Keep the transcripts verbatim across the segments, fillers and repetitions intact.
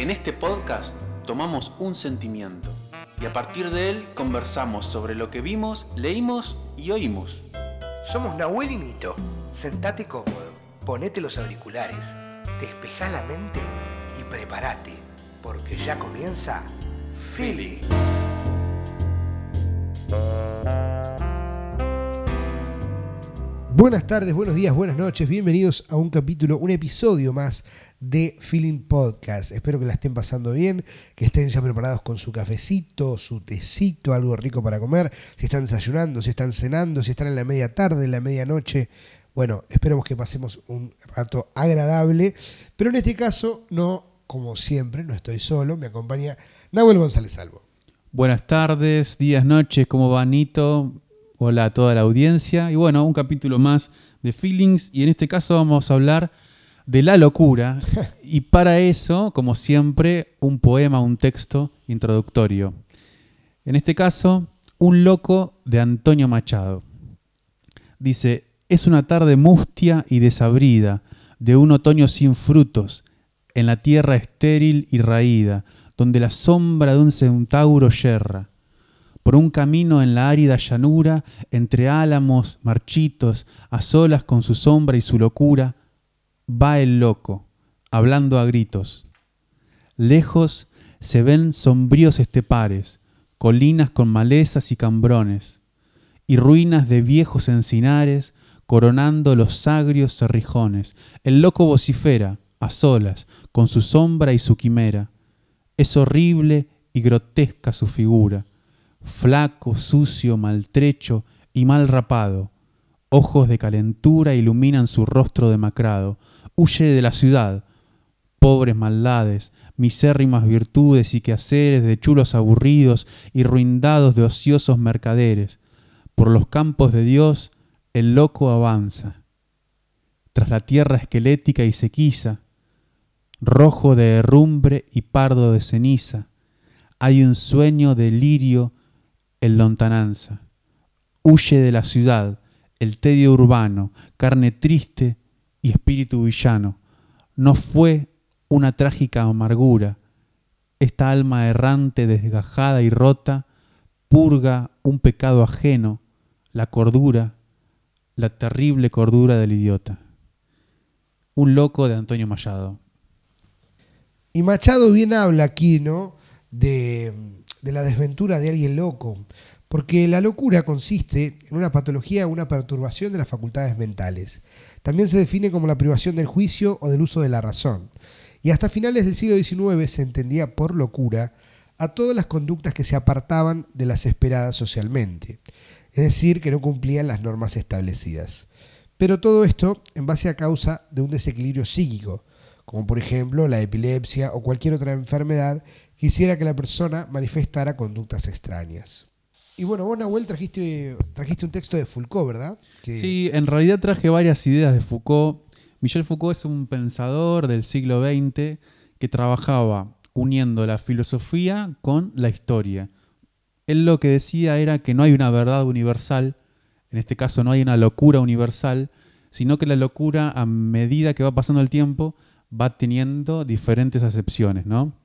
En este podcast tomamos un sentimiento y a partir de él conversamos sobre lo que vimos, leímos y oímos. Somos Nahuel y Nito. Sentate cómodo, ponete los auriculares, despejá la mente y prepárate, porque ya comienza Feelings. Buenas tardes, buenos días, buenas noches, bienvenidos a un capítulo, un episodio más de Feeling Podcast. Espero que la estén pasando bien, que estén ya preparados con su cafecito, su tecito, algo rico para comer, si están desayunando, si están cenando, si están en la media tarde, en la medianoche. Bueno, esperemos que pasemos un rato agradable, pero en este caso no, como siempre, no estoy solo, me acompaña Nahuel González Salvo. Buenas tardes, días, noches, ¿cómo va Nito? Hola a toda la audiencia. Y bueno, un capítulo más de Feelings. Y en este caso vamos a hablar de la locura. Y para eso, como siempre, un poema, un texto introductorio. En este caso, Un loco de Antonio Machado. Dice: es una tarde mustia y desabrida, de un otoño sin frutos, en la tierra estéril y raída, donde la sombra de un centauro yerra. Por un camino en la árida llanura, entre álamos marchitos, a solas con su sombra y su locura, va el loco, hablando a gritos. Lejos se ven sombríos estepares, colinas con malezas y cambrones, y ruinas de viejos encinares, coronando los agrios cerrijones. El loco vocifera, a solas, con su sombra y su quimera. Es horrible y grotesca su figura. Flaco, sucio, maltrecho y mal rapado. Ojos de calentura iluminan su rostro demacrado. Huye de la ciudad. Pobres maldades, misérrimas virtudes y quehaceres de chulos aburridos y ruindados de ociosos mercaderes. Por los campos de Dios el loco avanza. Tras la tierra esquelética y sequiza, rojo de herrumbre y pardo de ceniza, hay un sueño de lirio en lontananza. Huye de la ciudad el tedio urbano, carne triste y espíritu villano. No fue una trágica amargura. Esta alma errante, desgajada y rota, purga un pecado ajeno, la cordura, la terrible cordura del idiota. Un loco de Antonio Machado. Y Machado bien habla aquí, ¿no?, de, de la desventura de alguien loco, porque la locura consiste en una patología o una perturbación de las facultades mentales. También se define como la privación del juicio o del uso de la razón. Y hasta finales del siglo diecinueve se entendía por locura a todas las conductas que se apartaban de las esperadas socialmente, es decir, que no cumplían las normas establecidas. Pero todo esto en base a causa de un desequilibrio psíquico, como por ejemplo la epilepsia o cualquier otra enfermedad que hiciera que la persona manifestara conductas extrañas. Y bueno, vos, Nahuel, trajiste, trajiste un texto de Foucault, ¿verdad? Que... Sí, en realidad traje varias ideas de Foucault. Michel Foucault es un pensador del siglo veinte que trabajaba uniendo la filosofía con la historia. Él lo que decía era que no hay una verdad universal, en este caso no hay una locura universal, sino que la locura, a medida que va pasando el tiempo, va teniendo diferentes acepciones, ¿no?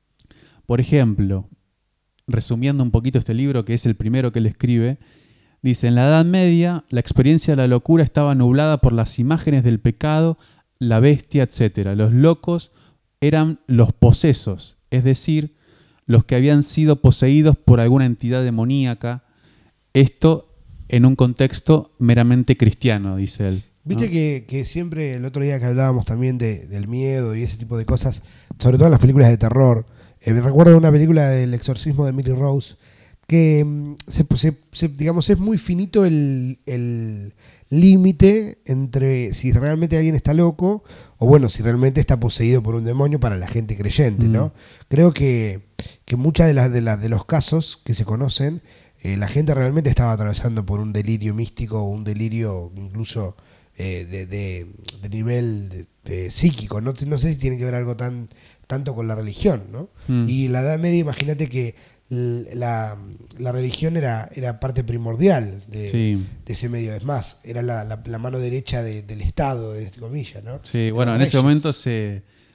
Por ejemplo, resumiendo un poquito este libro, que es el primero que él escribe, dice: en la Edad Media, la experiencia de la locura estaba nublada por las imágenes del pecado, la bestia, etcétera. Los locos eran los posesos, es decir, los que habían sido poseídos por alguna entidad demoníaca. Esto en un contexto meramente cristiano, dice él. Viste ¿no? que, que siempre, el otro día que hablábamos también de, del miedo y ese tipo de cosas, sobre todo en las películas de terror, eh, me recuerdo una película del exorcismo de Emily Rose, que mm, se, se, se, digamos, es muy finito el, el límite entre si realmente alguien está loco o bueno, si realmente está poseído por un demonio para la gente creyente, ¿no? Mm. Creo que, que muchas de, las de, las de los casos que se conocen, eh, la gente realmente estaba atravesando por un delirio místico o un delirio incluso eh, de, de, de nivel de, de psíquico. No, no sé si tiene que ver algo tan tanto con la religión, ¿no? Mm. Y la Edad Media, imagínate que la, la religión era, era parte primordial de, sí. de ese medio. Es más, era la, la, la mano derecha de, del Estado, entre comillas, ¿no? Sí, bueno, en ese momento se,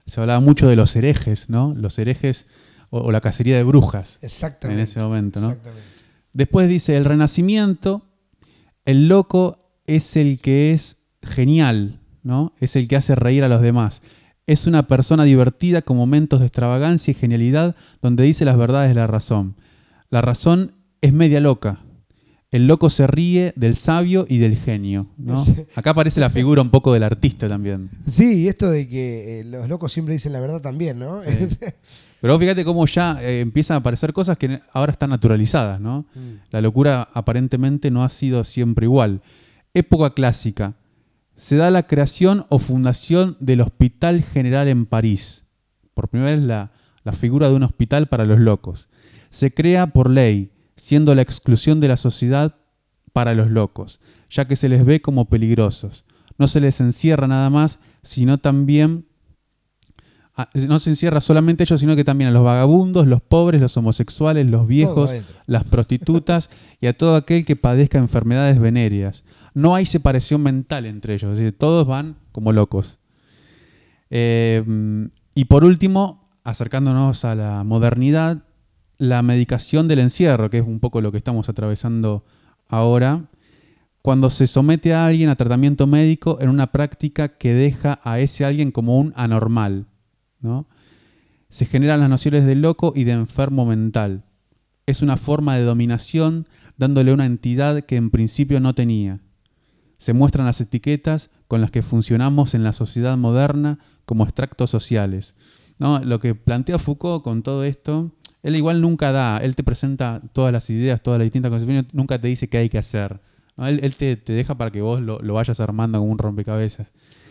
se hablaba mucho de los herejes, ¿no? Los herejes o, o la cacería de brujas. Exactamente. En ese momento, ¿no? Exactamente. Después dice, el Renacimiento, el loco es el que es genial, ¿no? Es el que hace reír a los demás. Es una persona divertida con momentos de extravagancia y genialidad donde dice las verdades de la razón. La razón es media loca. El loco se ríe del sabio y del genio, ¿no? Acá aparece la figura un poco del artista también. Sí, y esto de que eh, los locos siempre dicen la verdad también, ¿no? Sí. Pero fíjate cómo ya eh, empiezan a aparecer cosas que ahora están naturalizadas, ¿no? Mm. La locura aparentemente no ha sido siempre igual. Época clásica. Se da la creación o fundación del Hospital General en París. Por primera vez la, la figura de un hospital para los locos. Se crea por ley, siendo la exclusión de la sociedad para los locos, ya que se les ve como peligrosos. No se les encierra nada más, sino también, no se encierra solamente a ellos, sino que también a los vagabundos, los pobres, los homosexuales, los viejos, las prostitutas y a todo aquel que padezca enfermedades venéreas. No hay separación mental entre ellos, es decir, todos van como locos. Eh, y por último, acercándonos a la modernidad, la medicación del encierro, que es un poco lo que estamos atravesando ahora, cuando se somete a alguien a tratamiento médico en una práctica que deja a ese alguien como un anormal, ¿no? Se generan las nociones de loco y de enfermo mental. Es una forma de dominación dándole una entidad que en principio no tenía. Se muestran las etiquetas con las que funcionamos en la sociedad moderna como extractos sociales, ¿no? Lo que plantea Foucault con todo esto, él igual nunca da, él te presenta todas las ideas, todas las distintas concepciones, nunca te dice qué hay que hacer, ¿no? Él, él te, te deja para que vos lo, lo vayas armando como un rompecabezas.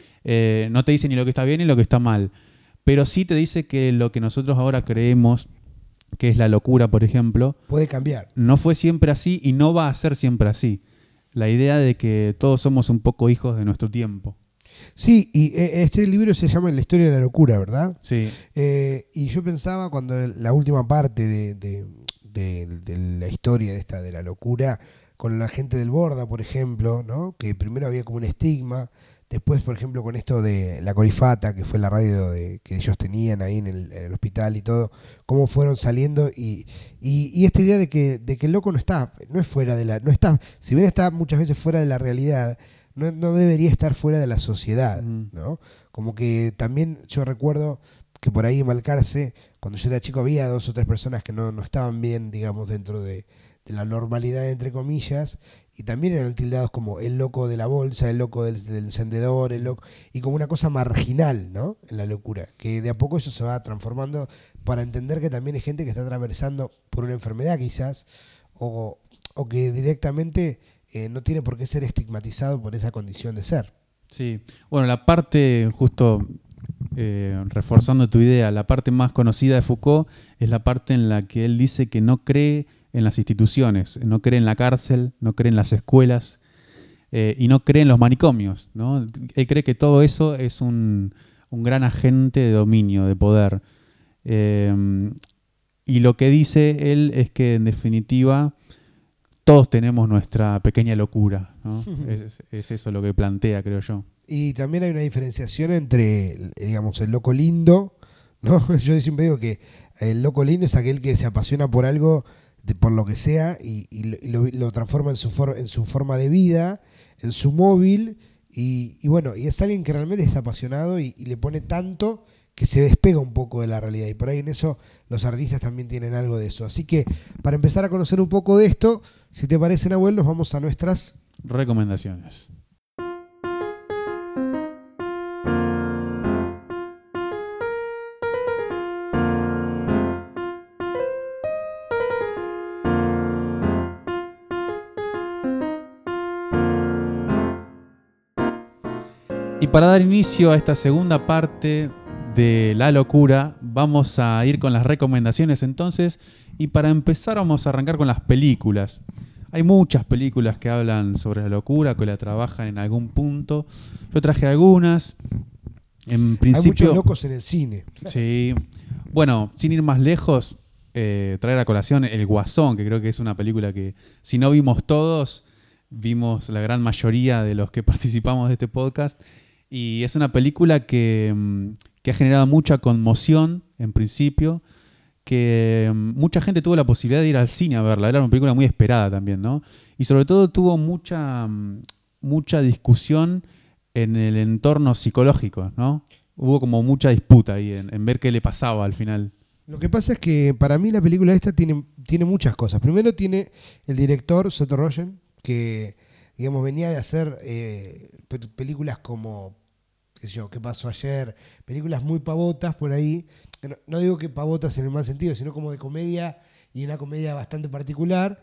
Eh, no te dice ni lo que está bien ni lo que está mal, pero sí te dice que lo que nosotros ahora creemos que es la locura, por ejemplo, puede cambiar. No fue siempre así y no va a ser siempre así. La idea de que todos somos un poco hijos de nuestro tiempo. Sí, y eh, este libro se llama La historia de la locura, ¿verdad? Sí. Eh, y yo pensaba cuando la última parte de, de, de, de la historia de esta de la locura, con la gente del Borda, por ejemplo, ¿no? Que primero había como un estigma, después, por ejemplo, con esto de La Colifata, que fue la radio de, que ellos tenían ahí en el, en el hospital y todo, cómo fueron saliendo y, y, y esta idea de que, de que el loco no está, no es fuera de la, no está, si bien está muchas veces fuera de la realidad, no, no debería estar fuera de la sociedad, ¿no? Como que también yo recuerdo que por ahí en Balcarce, cuando yo era chico, había dos o tres personas que no, no estaban bien, digamos, dentro de, de la normalidad, entre comillas, y también eran tildados como el loco de la bolsa, el loco del, del encendedor, el loco, y como una cosa marginal, ¿no? En la locura, que de a poco eso se va transformando para entender que también hay gente que está atravesando por una enfermedad quizás, o, o que directamente eh, no tiene por qué ser estigmatizado por esa condición de ser. Sí, bueno, la parte, justo eh, reforzando tu idea, la parte más conocida de Foucault es la parte en la que él dice que no cree en las instituciones, no cree en la cárcel, no cree en las escuelas eh, y no cree en los manicomios, ¿no? Él cree que todo eso es un, un gran agente de dominio, de poder. Eh, y lo que dice él es que en definitiva todos tenemos nuestra pequeña locura, ¿no? es, es eso lo que plantea, creo yo. Y también hay una diferenciación entre, digamos, el loco lindo, ¿no? Yo siempre digo que el loco lindo es aquel que se apasiona por algo, de, por lo que sea, y, y lo, lo transforma en su, for, en su forma de vida, en su móvil, y, y bueno, y es alguien que realmente es apasionado y, y le pone tanto que se despega un poco de la realidad, y por ahí en eso los artistas también tienen algo de eso. Así que para empezar a conocer un poco de esto, si te parece, Nahuel, nos vamos a nuestras recomendaciones. Y para dar inicio a esta segunda parte de la locura, vamos a ir con las recomendaciones entonces, y para empezar vamos a arrancar con las películas. Hay muchas películas que hablan sobre la locura, que la trabajan en algún punto. Yo traje algunas. En principio, hay muchos locos en el cine. Sí. Bueno, sin ir más lejos, eh, traer a colación El Guasón, que creo que es una película que, si no vimos todos, vimos la gran mayoría de los que participamos de este podcast. Y es una película que, que ha generado mucha conmoción en principio, que mucha gente tuvo la posibilidad de ir al cine a verla. Era una película muy esperada también, ¿no? Y sobre todo tuvo mucha, mucha discusión en el entorno psicológico, ¿no? Hubo como mucha disputa ahí en, en ver qué le pasaba al final. Lo que pasa es que para mí la película esta tiene, tiene muchas cosas. Primero tiene el director Seth Rogen, que digamos venía de hacer eh, pe- películas como, qué sé yo, ¿Qué pasó ayer? Películas muy pavotas por ahí. No, no digo que pavotas en el mal sentido, sino como de comedia, y una comedia bastante particular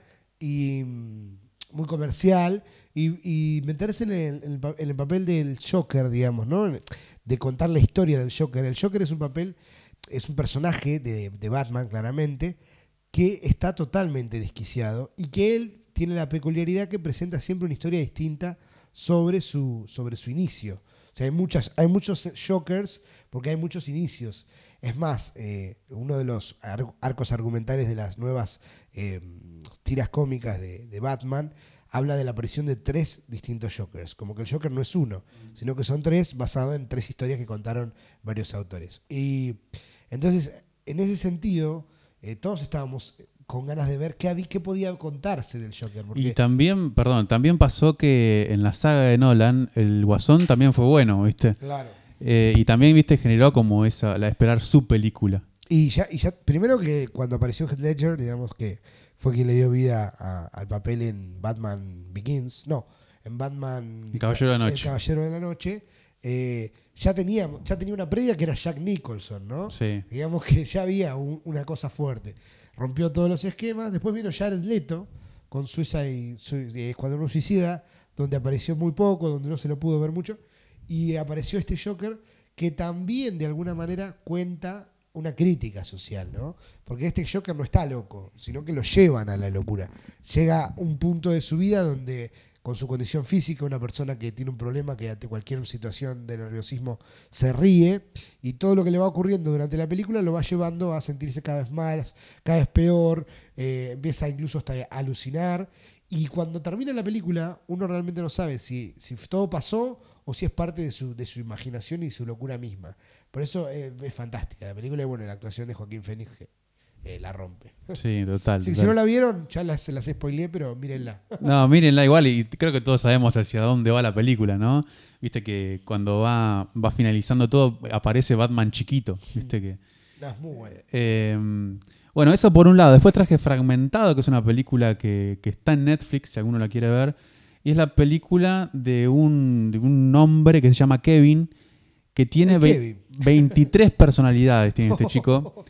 y mm, muy comercial. Y, y meterse en el, en, el, pa- en el papel del Joker, digamos, ¿no? De contar la historia del Joker. El Joker es un papel, es un personaje de, de Batman, claramente, que está totalmente desquiciado y que él tiene la peculiaridad que presenta siempre una historia distinta sobre su, sobre su inicio. O sea, hay, muchas, hay muchos Jokers porque hay muchos inicios. Es más, eh, uno de los ar- arcos argumentales de las nuevas eh, tiras cómicas de, de Batman habla de la aparición de tres distintos Jokers. Como que el Joker no es uno, sino que son tres, basado en tres historias que contaron varios autores. Y entonces, en ese sentido, eh, todos estábamos con ganas de ver qué, había, qué podía contarse del Joker. Porque Y también, perdón, también pasó que en la saga de Nolan el Guasón también fue bueno, ¿viste? Claro. Eh, y también, ¿viste? Generó como esa, la de esperar su película. Y ya, y ya, primero que cuando apareció Heath Ledger, digamos que fue quien le dio vida a- al papel en Batman Begins, no, en Batman El Caballero de la Noche. El Caballero de la Noche, eh, ya, tenía, ya tenía una previa que era Jack Nicholson, ¿no? Sí. Digamos que ya había un- una cosa fuerte. Rompió todos los esquemas. Después vino Jared Leto con Suicide, su, eh, Escuadrón Suicida, donde apareció muy poco, donde no se lo pudo ver mucho. Y apareció este Joker que también de alguna manera cuenta una crítica social, ¿no? Porque este Joker no está loco, sino que lo llevan a la locura. Llega un punto de su vida donde, con su condición física, una persona que tiene un problema que ante cualquier situación de nerviosismo se ríe, y todo lo que le va ocurriendo durante la película lo va llevando a sentirse cada vez más, cada vez peor, eh, empieza incluso hasta a alucinar, y cuando termina la película uno realmente no sabe si, si todo pasó o si es parte de su, de su imaginación y su locura misma. Por eso eh, es fantástica la película, y bueno, la actuación de Joaquín Phoenix que, eh, la rompe. Sí, total. Sí, total. si no la vieron, ya las, las spoileé, pero mírenla. No, mírenla igual, y creo que todos sabemos hacia dónde va la película, ¿no? Viste que cuando va, va finalizando todo, aparece Batman chiquito, viste que... No, es muy buena. Eh, bueno, eso por un lado. Después traje Fragmentado, que es una película que, que está en Netflix, si alguno la quiere ver. Y es la película de un, de un hombre que se llama Kevin, que tiene El ve- Kevin. veintitrés personalidades, tiene este chico.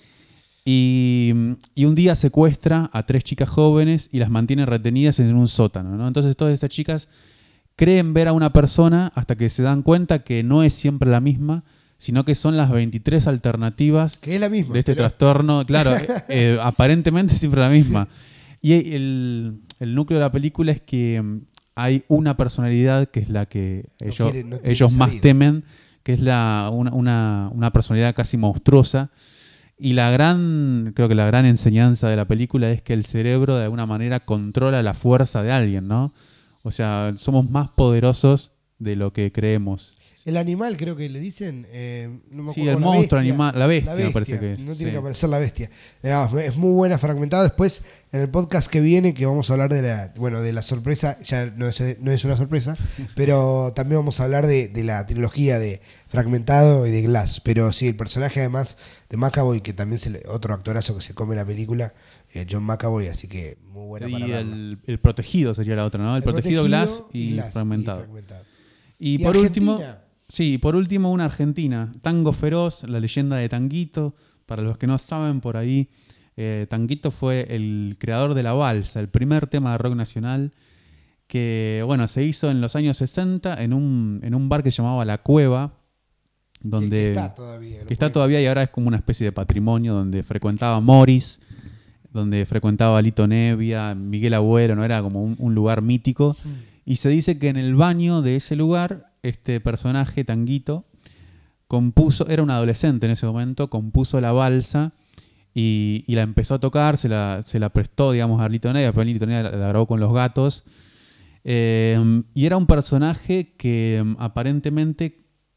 Y, y un día secuestra a tres chicas jóvenes y las mantiene retenidas en un sótano, ¿no? Entonces todas estas chicas creen ver a una persona hasta que se dan cuenta que no es siempre la misma, sino que son las veintitrés alternativas Que es la misma. de este pero- trastorno. Claro, eh, eh, aparentemente siempre la misma. Y el, el núcleo de la película es que mm, hay una personalidad que es la que No ellos, quiere- no quiere ellos más salir. temen, que es la, una, una, una personalidad casi monstruosa. Y la gran, creo que la gran enseñanza de la película es que el cerebro de alguna manera controla la fuerza de alguien, ¿no? O sea, somos más poderosos de lo que creemos. El animal, creo que le dicen. Eh, no me Sí, acuerdo, el la monstruo bestia. animal, la bestia, La me bestia, parece que es. No tiene sí. que aparecer la bestia. Eh, es muy buena, Fragmentado. Después, en el podcast que viene, que vamos a hablar de la, bueno, de la sorpresa, ya no es, no es una sorpresa, pero también vamos a hablar de, de la trilogía de Fragmentado y de Glass. Pero sí, el personaje además de McAvoy, que también es otro actorazo que se come la película, eh, John McAvoy, así que muy buena para Y verla. el, el protegido sería la otra, ¿no? El, protegido, Glass y, Glass fragmentado. fragmentado. Y, ¿Y por Argentina? último, sí, por último una argentina, Tango Feroz, la leyenda de Tanguito. Para los que no saben por ahí, eh, Tanguito fue el creador de la balsa, el primer tema de rock nacional que, bueno, se hizo en los años sesenta en un, en un bar que se llamaba La Cueva, donde Que, que está todavía. lo que está pueden- todavía y ahora es como una especie de patrimonio donde frecuentaba Morris, donde frecuentaba Lito Nevia, Miguel Abuelo, ¿no? Era como un, un lugar mítico. Y se dice que en el baño de ese lugar, este personaje, Tanguito, compuso, era un adolescente en ese momento, compuso la balsa y, y la empezó a tocar, se la, se la prestó, digamos, a Lito Nevia, pero Lito Nevia la, la grabó con Los Gatos. Eh, y era un personaje que aparentemente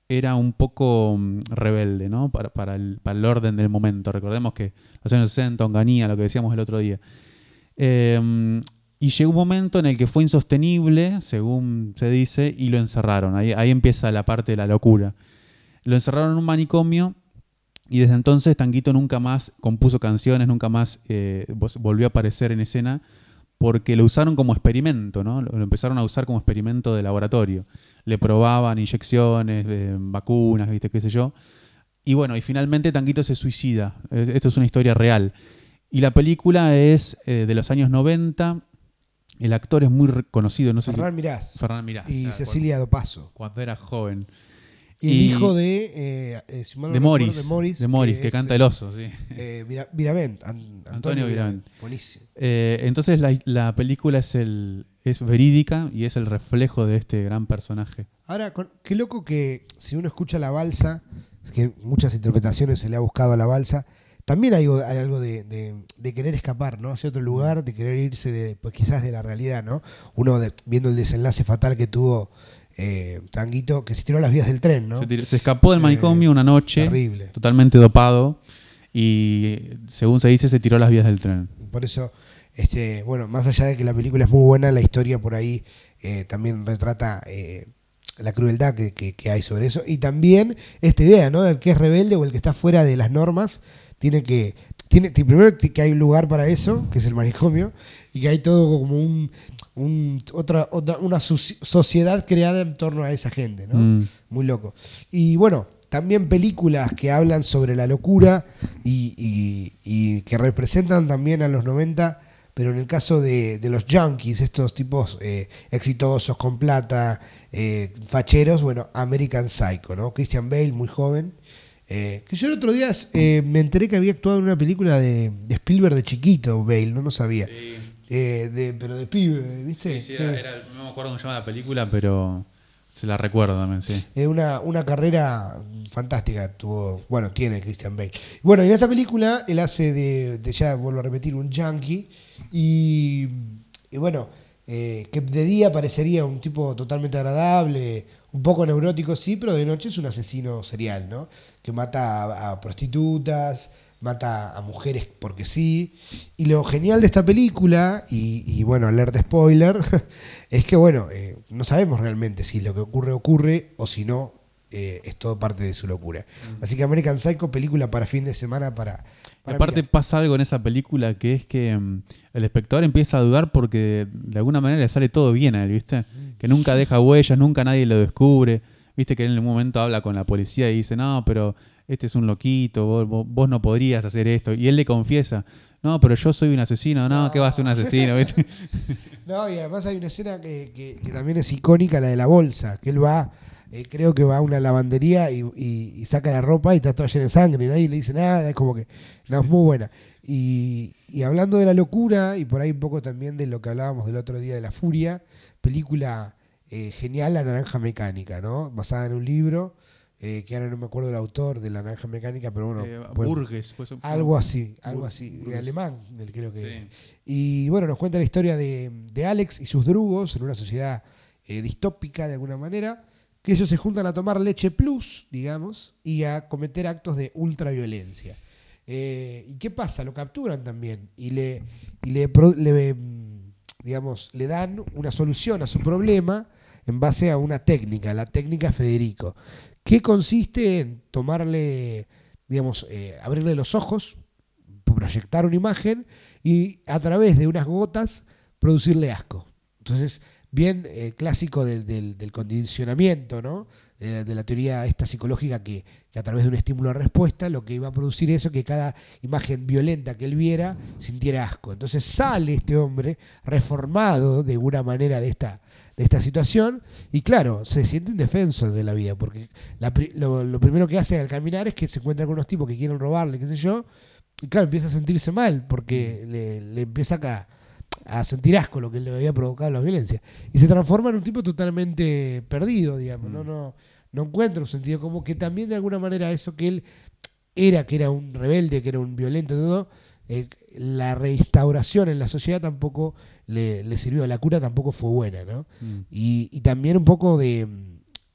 era un poco mm, rebelde, ¿no? Para, para, el, para el orden del momento. Recordemos que los años sesenta, Onganía, lo que decíamos el otro día. Eh, y llegó un momento en el que fue insostenible, según se dice, y lo encerraron. Ahí, ahí empieza la parte de la locura. Lo encerraron en un manicomio y desde entonces Tanguito nunca más compuso canciones, nunca más eh, volvió a aparecer en escena, porque lo usaron como experimento, ¿no? Lo empezaron a usar como experimento de laboratorio. Le probaban inyecciones, eh, vacunas, ¿viste? Qué sé yo. Y bueno, y finalmente Tanguito se suicida. Esto es una historia real. Y la película es eh, de los años noventa. El actor es muy conocido. No sé Ferran si... Mirás. Ferran Mirás. Y claro, Cecilia cuando, Dopazo. Cuando era joven. Y, Y el hijo de, eh, eh, si mal no de, recuerdo, Morris, de Morris. de Morris, que, que es, canta el oso, sí. Eh, Vira- Viravent, An- Antonio, Antonio Viravent. Buenísimo. Eh, entonces la, la película es, el, es verídica y es el reflejo de este gran personaje. Ahora, con- qué loco que si uno escucha la balsa, es que muchas interpretaciones se le ha buscado a la balsa, también hay, hay algo de, de- de querer escapar, ¿no? Hacia otro lugar, de querer irse de, pues quizás de la realidad, ¿no? Uno de- viendo el desenlace fatal que tuvo eh, Tanguito, que se tiró a las vías del tren, ¿no? Se, tiró- se escapó del manicomio Eh, una noche, terrible. totalmente dopado, y según se dice, se tiró a las vías del tren. Por eso, este, bueno, más allá de que la película es muy buena, la historia por ahí eh, también retrata eh, la crueldad que, que- que hay sobre eso. Y también esta idea, ¿no? Del que es rebelde o el que está fuera de las normas, tiene que. Tiene, ti- primero que hay un lugar para eso, que es el manicomio, y que hay todo como un, un- otra, otra, una soci- sociedad creada en torno a esa gente, ¿no? Mm. Muy loco. Y bueno, también películas que hablan sobre la locura y, y- y que representan también a los noventa, pero en el caso de, de los yankees, estos tipos eh, exitosos, con plata, eh, facheros, bueno, American Psycho, ¿no? Christian Bale, muy joven. Eh, que yo el otro día eh, me enteré que había actuado en una película de, de Spielberg de chiquito, Bale, no, no sabía. Eh, de, pero de pibe, ¿viste? Sí, sí, era, era- no me acuerdo cómo se llama la película, pero se la recuerdo también, sí. Eh, una, una carrera fantástica tuvo, bueno, tiene Christian Bale. Bueno, en esta película él hace de, de ya vuelvo a repetir, un yankee y, y bueno, eh, que de día parecería un tipo totalmente agradable, un poco neurótico, sí, pero de noche es un asesino serial, ¿no? Que mata a, a prostitutas, mata a mujeres porque sí. Y lo genial de esta película, y, y bueno, alerta spoiler, es que bueno, eh, no sabemos realmente si lo que ocurre ocurre o si no, eh, es todo parte de su locura. Así que American Psycho, película para fin de semana para... Y para aparte mirar. pasa algo en esa película que es que mm, el espectador empieza a dudar porque de alguna manera le sale todo bien a él, ¿viste? Que nunca deja huellas, nunca nadie lo descubre. Viste que en un momento habla con la policía y dice, no, pero este es un loquito, vos, vos- vos no podrías hacer esto. Y él le confiesa, no, pero yo soy un asesino. No, No. ¿qué va a ser un asesino? ¿Viste? No, y además hay una escena que, que- que también es icónica, la de la bolsa, que él va, eh, creo que va a una lavandería y, y- y saca la ropa y está toda llena de sangre y nadie le dice nada, es como que, no, es muy buena. Y, y hablando de la locura y por ahí un poco también de lo que hablábamos del otro día de la furia, película eh, genial, La Naranja Mecánica, ¿no? Basada en un libro, eh, que ahora no me acuerdo del autor de La Naranja Mecánica, pero bueno, Eh, pues, Burgess. Pues, algo así, algo Bur- así, Burgess. alemán, del- creo que. Sí. Y bueno, nos cuenta la historia de, de Alex y sus drugos en una sociedad eh, distópica de alguna manera, que ellos se juntan a tomar leche plus, digamos, y a cometer actos de ultraviolencia. Eh, ¿Y qué pasa? Lo capturan también y le, y le, pro- le, mm, digamos, le dan una solución a su problema en base a una técnica, la técnica Federico, que consiste en tomarle, digamos, eh, abrirle los ojos, proyectar una imagen y a través de unas gotas producirle asco. Entonces, bien eh, clásico del, del- del condicionamiento, ¿no? De, de la teoría esta psicológica que, que a través de un estímulo de respuesta lo que iba a producir eso, que cada imagen violenta que él viera sintiera asco. Entonces sale este hombre reformado de alguna manera de esta, de esta situación y claro, se siente indefenso de la vida, porque la pri- lo, lo primero que hace al caminar es que se encuentra con unos tipos que quieren robarle, qué sé yo, y claro, empieza a sentirse mal porque le, le empieza a, a sentir asco lo que le había provocado la violencia. Y se transforma en un tipo totalmente perdido, digamos. No, no, no encuentra un sentido como que también de alguna manera eso que él era, que era un rebelde, que era un violento, todo, eh, la reinstauración en la sociedad tampoco le, le sirvió, la cura tampoco fue buena, ¿no? Mm. Y, y también un poco de,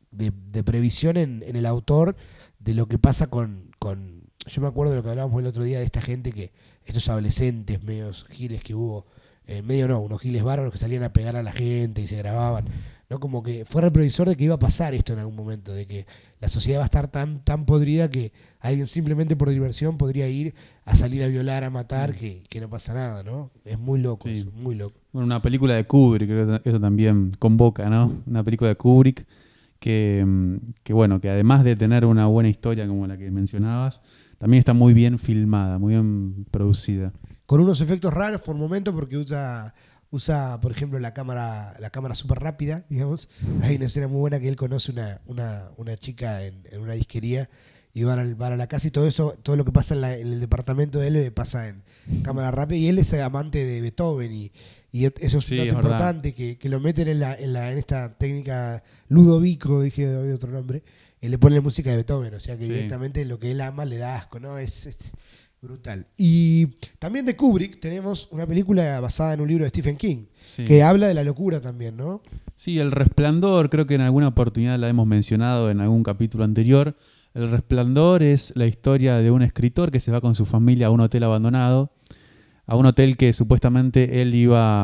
de, de previsión en, en el autor de lo que pasa con, con... Yo me acuerdo de lo que hablábamos el otro día de esta gente que, estos adolescentes medios giles que hubo, eh, medio no, unos giles bárbaros que salían a pegar a la gente y se grababan, ¿no? Como que fue el previsor de que iba a pasar esto en algún momento, de que la sociedad va a estar tan, tan podrida que alguien simplemente por diversión podría ir a salir a violar, a matar, que, que no pasa nada, ¿no? Es muy loco Sí. eso, muy loco. Bueno, una película de Kubrick, creo que eso también convoca, ¿no? Una película de Kubrick que, mm, que, bueno, que además de tener una buena historia como la que mencionabas, también está muy bien filmada, muy bien producida. Con unos efectos raros por momento porque usa, usa por ejemplo, la cámara la cámara súper rápida, digamos. Hay una escena muy buena que él conoce una, una, una chica en, en una disquería y van, al, van a la casa y todo eso, todo lo que pasa en, la, en el departamento de él eh, pasa en cámara rápida y él es amante de Beethoven y, y eso es Sí, un es dato verdad. importante que, que lo meten en, la, en, la, en esta técnica Ludovico, dije hoy otro nombre, y le ponen música de Beethoven, o sea que Sí. directamente lo que él ama le da asco, ¿no? Es, es brutal. Y también de Kubrick tenemos una película basada en un libro de Stephen King, Sí. que habla de la locura también, ¿no? Sí, El Resplandor, creo que en alguna oportunidad la hemos mencionado en algún capítulo anterior. El Resplandor es la historia de un escritor que se va con su familia a un hotel abandonado, a un hotel que supuestamente él iba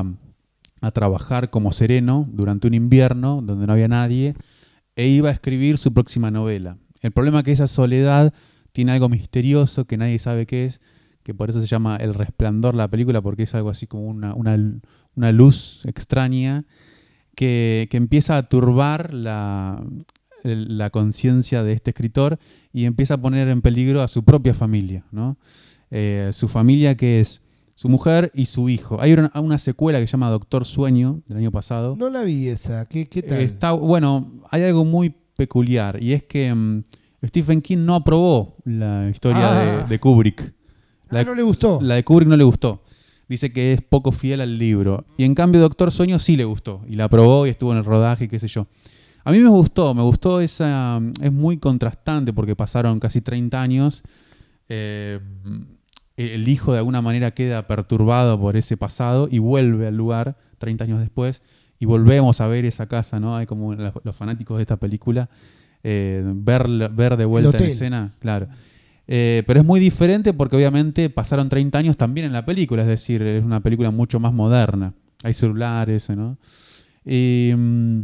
a trabajar como sereno durante un invierno donde no había nadie e iba a escribir su próxima novela. El problema es que esa soledad tiene algo misterioso que nadie sabe qué es, que por eso se llama El Resplandor la película, porque es algo así como una, una, una luz extraña que, que empieza a turbar la, la conciencia de este escritor y empieza a poner en peligro a su propia familia, ¿no? Eh, su familia, que es su mujer y su hijo. Hay una, una secuela que se llama Doctor Sueño, del año pasado. No la vi esa, ¿qué, qué tal? Eh, está, bueno, hay algo muy peculiar y es que mm, Stephen King no aprobó la historia Ah. de, de Kubrick. La, ah, no le gustó. la de Kubrick no le gustó. Dice que es poco fiel al libro. Y en cambio Doctor Sueño sí le gustó. Y la aprobó y estuvo en el rodaje y qué sé yo. A mí me gustó, me gustó esa... Es muy contrastante porque pasaron casi treinta años. Eh, el hijo de alguna manera queda perturbado por ese pasado y vuelve al lugar treinta años después. Y volvemos a ver esa casa, ¿no? Hay como la- los fanáticos de esta película. Eh, ver, ver de vuelta en hotel. escena, claro. Eh, pero es muy diferente porque obviamente pasaron treinta años también en la película, es decir, es una película mucho más moderna. Hay celulares, ¿no? Y, mm,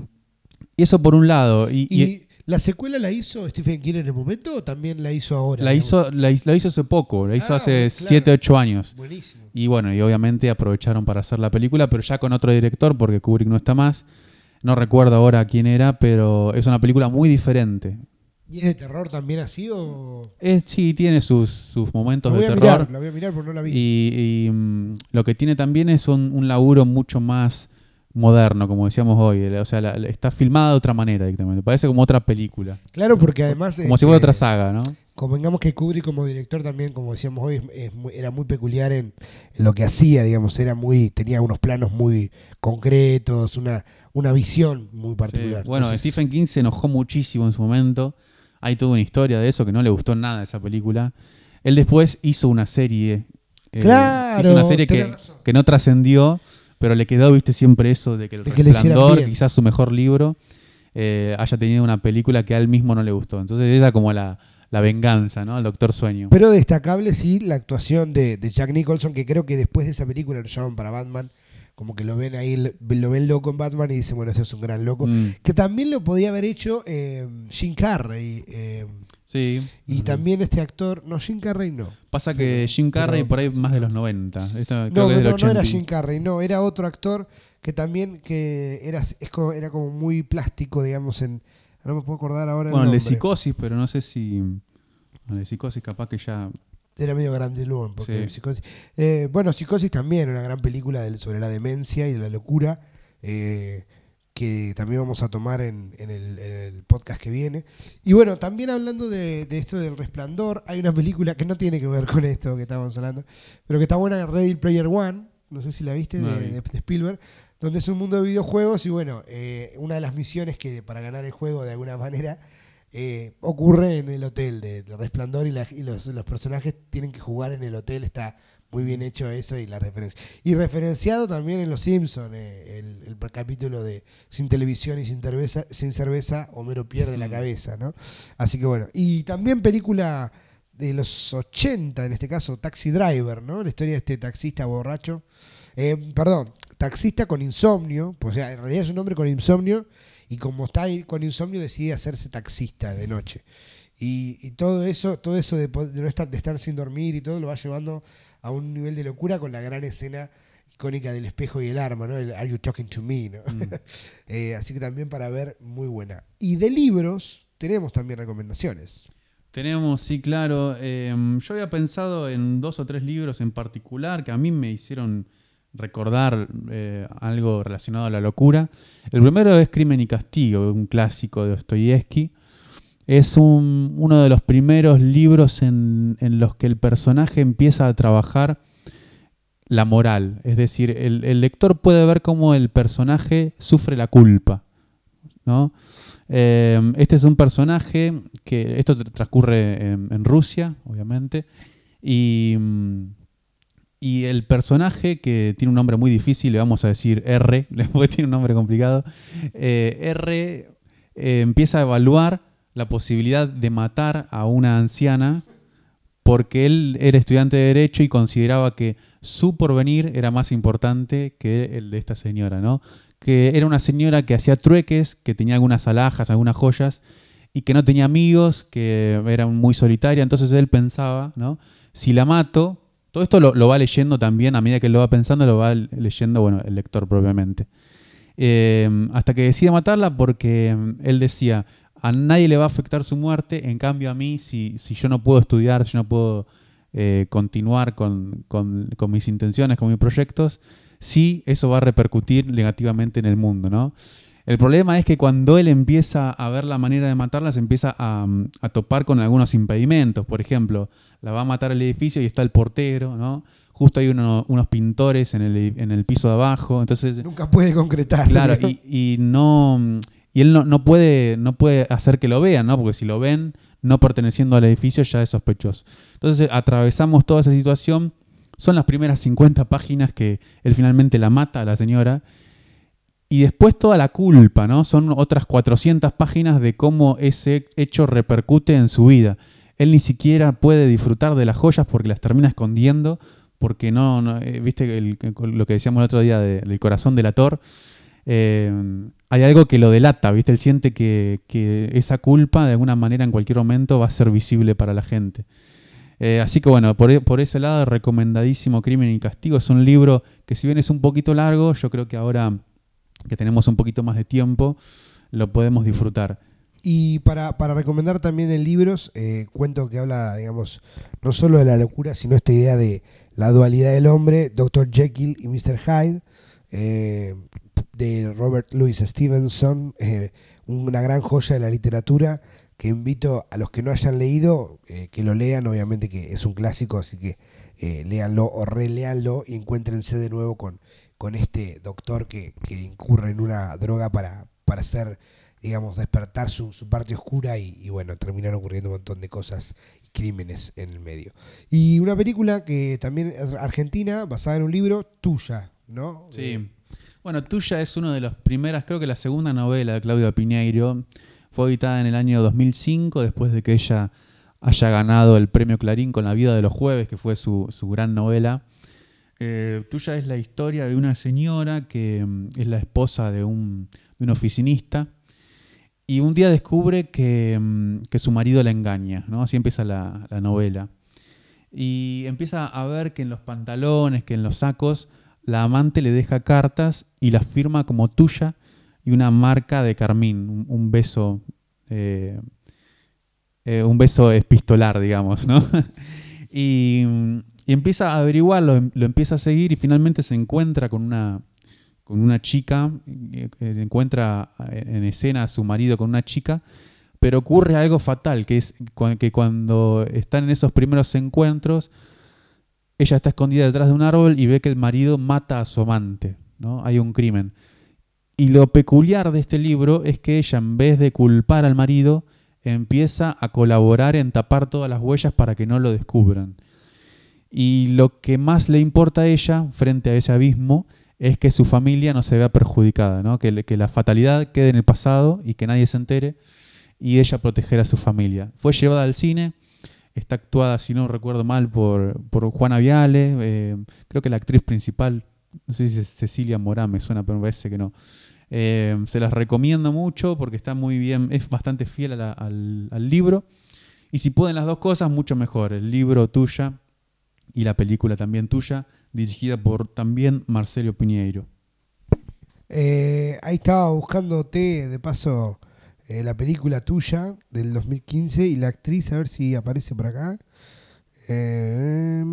y eso por un lado. Y, ¿Y, y la secuela la hizo Stephen King en el momento o también la hizo ahora? la, digamos? hizo, la, hizo- la hizo hace poco, la hizo Ah, hace bueno, siete, claro. ocho años. Buenísimo. Y bueno, y obviamente aprovecharon para hacer la película, pero ya con otro director porque Kubrick no está más. No recuerdo ahora quién era, pero es una película muy diferente. ¿Y es de terror también así o...? Es, sí, tiene sus, sus La momentos voy de a terror. mirar, la voy a mirar porque no la vi. Y, y, mm, lo que tiene también es un, un laburo mucho más moderno, como decíamos hoy. O sea, la- la- está filmada de otra manera directamente. Parece como otra película. Claro, porque además... Como si este, fuera otra saga, ¿no? Convengamos que Kubrick como director también, como decíamos hoy, es- es muy- era muy peculiar en, en lo que hacía, digamos, era muy, tenía unos planos muy concretos, una, una visión muy Sí. particular. Bueno, Entonces, Stephen King se enojó muchísimo en su momento. Hay toda una historia de eso que no le gustó nada de esa película. Él después hizo una serie. eh, Claro, hizo una serie tenés que, razón. que no trascendió, pero le quedó, viste, siempre eso de que El De que le hicieran Resplandor, bien. quizás su mejor libro, eh, haya tenido una película que a él mismo no le gustó. Entonces ella como la, la venganza, ¿no? El Doctor Sueño. Pero destacable sí la actuación de, de Jack Nicholson, que creo que después de esa película lo llaman para Batman, como que lo ven ahí, lo ven loco en Batman y dicen, bueno, ese es un gran loco. Mm, Que también lo podía haber hecho eh, Jim Carrey. eh, sí. y Ujú. también este actor, no, Jim Carrey no. Pasa que pero- Jim Carrey pero- por ahí más de los noventa. Esto creo No, que es del no, no ochenta. era Jim Carrey, no, era otro actor que también que era, es como, era como muy plástico, digamos, en no me puedo acordar ahora el Bueno, el de nombre. Psicosis, pero no sé si... El de Psicosis capaz que ya... Era medio grande porque Sí. Psicosis. Eh, bueno, Psicosis también, una gran película del- sobre la demencia y de la locura, eh, que también vamos a tomar en, en el, en el podcast que viene. Y bueno, también hablando de, de esto del Resplandor, hay una película que no tiene que ver con esto que estábamos hablando, pero que está buena, Ready Player One, no sé si la viste, No la de, vi. de- de Spielberg, donde es un mundo de videojuegos y bueno, eh, una de las misiones que para ganar el juego de alguna manera eh, ocurre en el hotel de, de Resplandor y, la- y los, los personajes tienen que jugar en el hotel, está Muy bien hecho eso y la referencia. Y referenciado también en Los Simpsons, eh, el, el capítulo de Sin televisión y sin cerveza, sin cerveza, Homero pierde la cabeza, ¿no? Así que bueno. Y también película de los ochenta, en este caso, Taxi Driver, ¿no? La historia de este taxista borracho. Eh, perdón, taxista con insomnio, pues, o sea, en realidad es un hombre con insomnio, y como está ahí con insomnio decide hacerse taxista de noche. Y, y todo eso, todo eso de, de no estar, de estar sin dormir y todo lo va llevando a un nivel de locura con la gran escena icónica del espejo y el arma, ¿no? El Are You Talking to Me, ¿no? Mm. eh, así que también para ver, muy buena. Y de libros tenemos también recomendaciones. Tenemos, sí, claro. Eh, yo había pensado en dos o tres libros en particular que a mí me hicieron recordar eh, algo relacionado a la locura. El primero es Crimen y Castigo, un clásico de Dostoyevsky. Es un, uno de los primeros libros en, en los que el personaje empieza a trabajar la moral. Es decir, el, el lector puede ver cómo el personaje sufre la culpa, ¿no? Eh, este es un personaje que... Esto transcurre en, en Rusia, obviamente. Y, y el personaje, que tiene un nombre muy difícil, le vamos a decir R, porque tiene un nombre complicado. Eh, R eh, empieza a evaluar la posibilidad de matar a una anciana porque él era estudiante de Derecho y consideraba que su porvenir era más importante que el de esta señora, ¿no? Que era una señora que hacía trueques, que tenía algunas alhajas, algunas joyas, y que no tenía amigos, que era muy solitaria. Entonces él pensaba, ¿no? Si la mato, todo esto lo, lo va leyendo también, a medida que lo va pensando, lo va leyendo, bueno, el lector propiamente. Eh, hasta que decide matarla porque él decía... A nadie le va a afectar su muerte, en cambio a mí, si, si yo no puedo estudiar, si no puedo eh, continuar con, con, con mis intenciones, con mis proyectos, sí, eso va a repercutir negativamente en el mundo, ¿no? El problema es que cuando él empieza a ver la manera de matarla, se empieza a, a topar con algunos impedimentos. Por ejemplo, la va a matar el edificio y está el portero, ¿no? Justo hay uno, unos pintores en el, en el piso de abajo. Entonces, nunca puede concretar. Claro, y, y no... Y él no, no, puede, no puede hacer que lo vean, ¿no? Porque si lo ven no perteneciendo al edificio ya es sospechoso. Entonces atravesamos toda esa situación. Son las primeras cincuenta páginas que él finalmente la mata a la señora. Y después toda la culpa, ¿no? Son otras cuatrocientas páginas de cómo ese hecho repercute en su vida. Él ni siquiera puede disfrutar de las joyas porque las termina escondiendo. Porque no, no eh, viste el, lo que decíamos el otro día de, del corazón delator. Eh, hay algo que lo delata, ¿viste? Él siente que, que esa culpa de alguna manera en cualquier momento va a ser visible para la gente. Eh, así que bueno, por, por ese lado, recomendadísimo Crimen y Castigo. Es un libro que si bien es un poquito largo, yo creo que ahora que tenemos un poquito más de tiempo, lo podemos disfrutar. Y para, para recomendar también en libros, eh, cuento que habla, digamos, no solo de la locura, sino esta idea de la dualidad del hombre, doctor Jekyll y mister Hyde, eh, de Robert Louis Stevenson, eh, una gran joya de la literatura que invito a los que no hayan leído eh, que lo lean, obviamente que es un clásico, así que eh, léanlo o releanlo y encuéntrense de nuevo con, con este doctor que, que incurre en una droga para, para hacer, digamos, despertar su, su parte oscura y, y bueno, terminar ocurriendo un montón de cosas y crímenes en el medio. Y una película que también es argentina, basada en un libro, Tuya, ¿no? Sí. Eh, Bueno, Tuya es una de las primeras, creo que la segunda novela de Claudia Piñeiro. Fue editada en el año dos mil cinco, después de que ella haya ganado el premio Clarín con La vida de los jueves, que fue su, su gran novela. Eh, Tuya es la historia de una señora que mm, es la esposa de un, de un oficinista y un día descubre que, mm, que su marido la engaña, ¿no? Así empieza la, la novela. Y empieza a ver que en los pantalones, que en los sacos, la amante le deja cartas y las firma como Tuya y una marca de carmín, un, un beso eh, eh, un beso epistolar, digamos, ¿no? y, y empieza a averiguarlo, lo empieza a seguir y finalmente se encuentra con una, con una chica, eh, encuentra en escena a su marido con una chica, pero ocurre algo fatal, que es que cuando están en esos primeros encuentros, ella está escondida detrás de un árbol y ve que el marido mata a su amante, ¿no? Hay un crimen. Y lo peculiar de este libro es que ella, en vez de culpar al marido, empieza a colaborar en tapar todas las huellas para que no lo descubran. Y lo que más le importa a ella frente a ese abismo es que su familia no se vea perjudicada, ¿no? Que, que la fatalidad quede en el pasado y que nadie se entere, y ella proteger a su familia. Fue llevada al cine, está actuada, si no recuerdo mal, por, por Juana Viale, eh, creo que la actriz principal, no sé si es Cecilia Morán, me suena, pero me parece que no. Eh, se las recomiendo mucho porque está muy bien, es bastante fiel a la, al, al libro, y si pueden las dos cosas, mucho mejor. El libro tuya y la película también tuya, dirigida por también Marcelo Piñeiro. Eh, ahí estaba buscándote, de paso, eh, la película tuya del dos mil quince y la actriz, a ver si aparece por acá. Eh,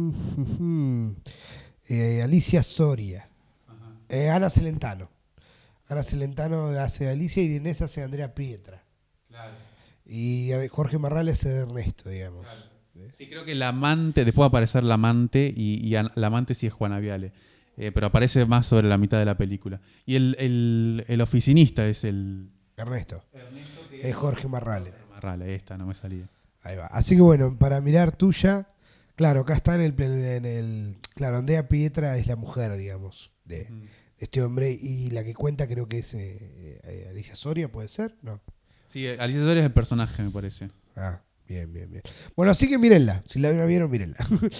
eh, Alicia Soria. Eh, Ana Celentano. Ana Celentano hace Alicia y Inés hace Andrea Pietra. Claro. Y Jorge Marral es Ernesto, digamos. Claro. Sí, creo que la amante, después va a aparecer la amante, y, y la amante sí es Juana Viale, eh, pero aparece más sobre la mitad de la película. Y el, el, el oficinista es el... Ernesto. Ernesto que es, es Jorge Marrale. Marrale, esta no me salía. Ahí va. Así que bueno, para mirar tuya, claro, acá está en el... En el claro, Andrea Pietra es la mujer, digamos, de, mm. de este hombre, y la que cuenta creo que es eh, eh, Alicia Soria, ¿puede ser? No. Sí, Alicia Soria es el personaje, me parece. Ah, bien, bien, bien. Bueno, así que mírenla. Si la vieron, mírenla.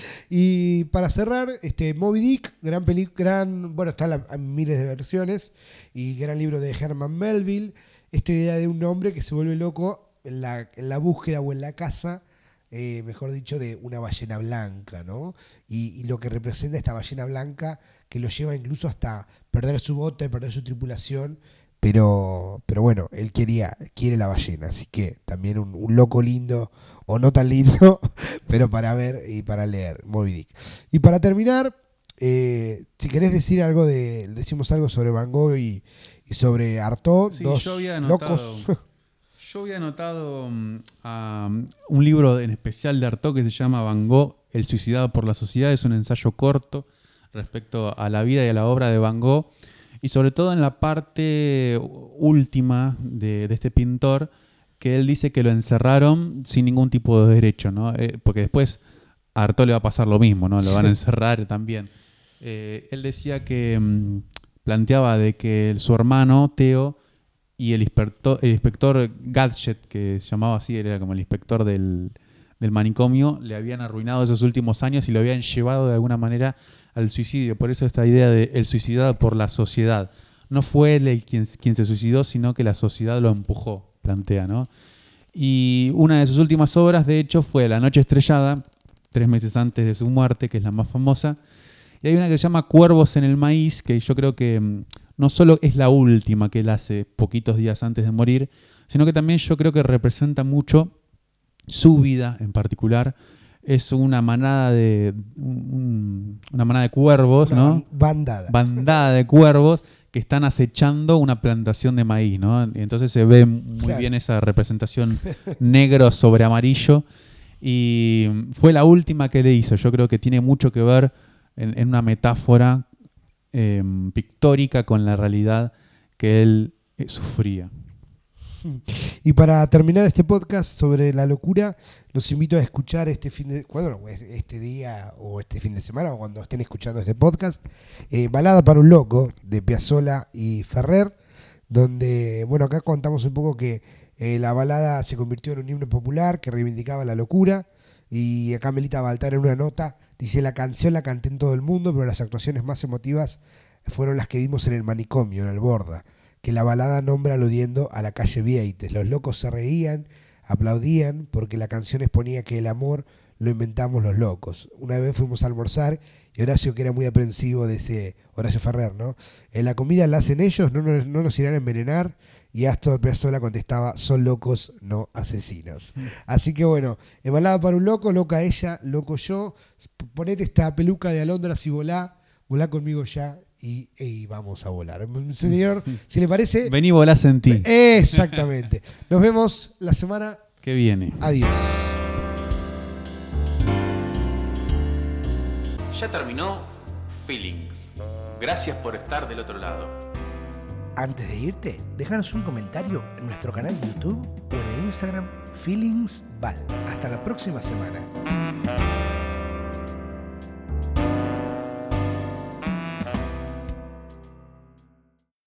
Y para cerrar, este Moby Dick, gran película, gran, bueno, está la, hay miles de versiones, y gran libro de Herman Melville. Esta idea de un hombre que se vuelve loco en la, en la búsqueda o en la caza, eh, mejor dicho, de una ballena blanca, ¿no? Y, y lo que representa esta ballena blanca, que lo lleva incluso hasta perder su bote, perder su tripulación. Pero, pero bueno, él quería, quiere la ballena, así que también un, un loco lindo, o no tan lindo, pero para ver y para leer, Moby Dick. Y para terminar, eh, si querés decir algo de, decimos algo sobre Van Gogh y, y sobre Artaud, sí, dos yo había anotado, locos. Yo había anotado um, um, un libro en especial de Artaud que se llama Van Gogh, El suicidado por la sociedad. Es un ensayo corto respecto a la vida y a la obra de Van Gogh, y sobre todo en la parte última de, de este pintor, que él dice que lo encerraron sin ningún tipo de derecho, ¿no? Eh, porque después a Artaud le va a pasar lo mismo, ¿no? Lo van a encerrar también. Eh, él decía que mmm, planteaba de que su hermano Theo y el inspector, el inspector Gadget, que se llamaba así, era como el inspector del, del manicomio, le habían arruinado esos últimos años y lo habían llevado de alguna manera al suicidio. Por eso esta idea de el suicidado por la sociedad. No fue él el quien, quien se suicidó, sino que la sociedad lo empujó, plantea, ¿no? Y una de sus últimas obras, de hecho, fue La noche estrellada, tres meses antes de su muerte, que es la más famosa. Y hay una que se llama Cuervos en el maíz, que yo creo que no solo es la última que él hace poquitos días antes de morir, sino que también yo creo que representa mucho su vida en particular. Es una manada de un, una manada de cuervos, una ¿no? Bandada. Bandada de cuervos que están acechando una plantación de maíz, ¿no? Y entonces se ve muy claro. bien esa representación negro sobre amarillo. Y fue la última que le hizo. Yo creo que tiene mucho que ver en, en una metáfora eh, pictórica con la realidad que él eh, sufría. Y para terminar este podcast sobre la locura, los invito a escuchar este fin de bueno, este día o este fin de semana o cuando estén escuchando este podcast, eh, Balada para un loco de Piazzolla y Ferrer, donde bueno acá contamos un poco que eh, la balada se convirtió en un himno popular que reivindicaba la locura, y acá Melita Baltar en una nota dice: la canción la canté en todo el mundo, pero las actuaciones más emotivas fueron las que dimos en el manicomio, en Alborda, que la balada nombra aludiendo a la calle Vieites. Los locos se reían, aplaudían, porque la canción exponía que el amor lo inventamos los locos. Una vez fuimos a almorzar y Horacio, que era muy aprensivo de ese, Horacio Ferrer, ¿no? En la comida la hacen ellos, no nos, no nos irán a envenenar. Y Astor Piazzolla contestaba: son locos, no asesinos. Mm. Así que bueno, en Balada para un loco, loca ella, loco yo. Ponete esta peluca de alondras y volá, volá conmigo ya. Y, y vamos a volar. Señor, si le parece... Vení, volás en ti. Exactamente. Nos vemos la semana que viene. Adiós. Ya terminó Feelings. Gracias por estar del otro lado. Antes de irte, déjanos un comentario en nuestro canal de YouTube o en el Instagram Feelingsval. Hasta la próxima semana.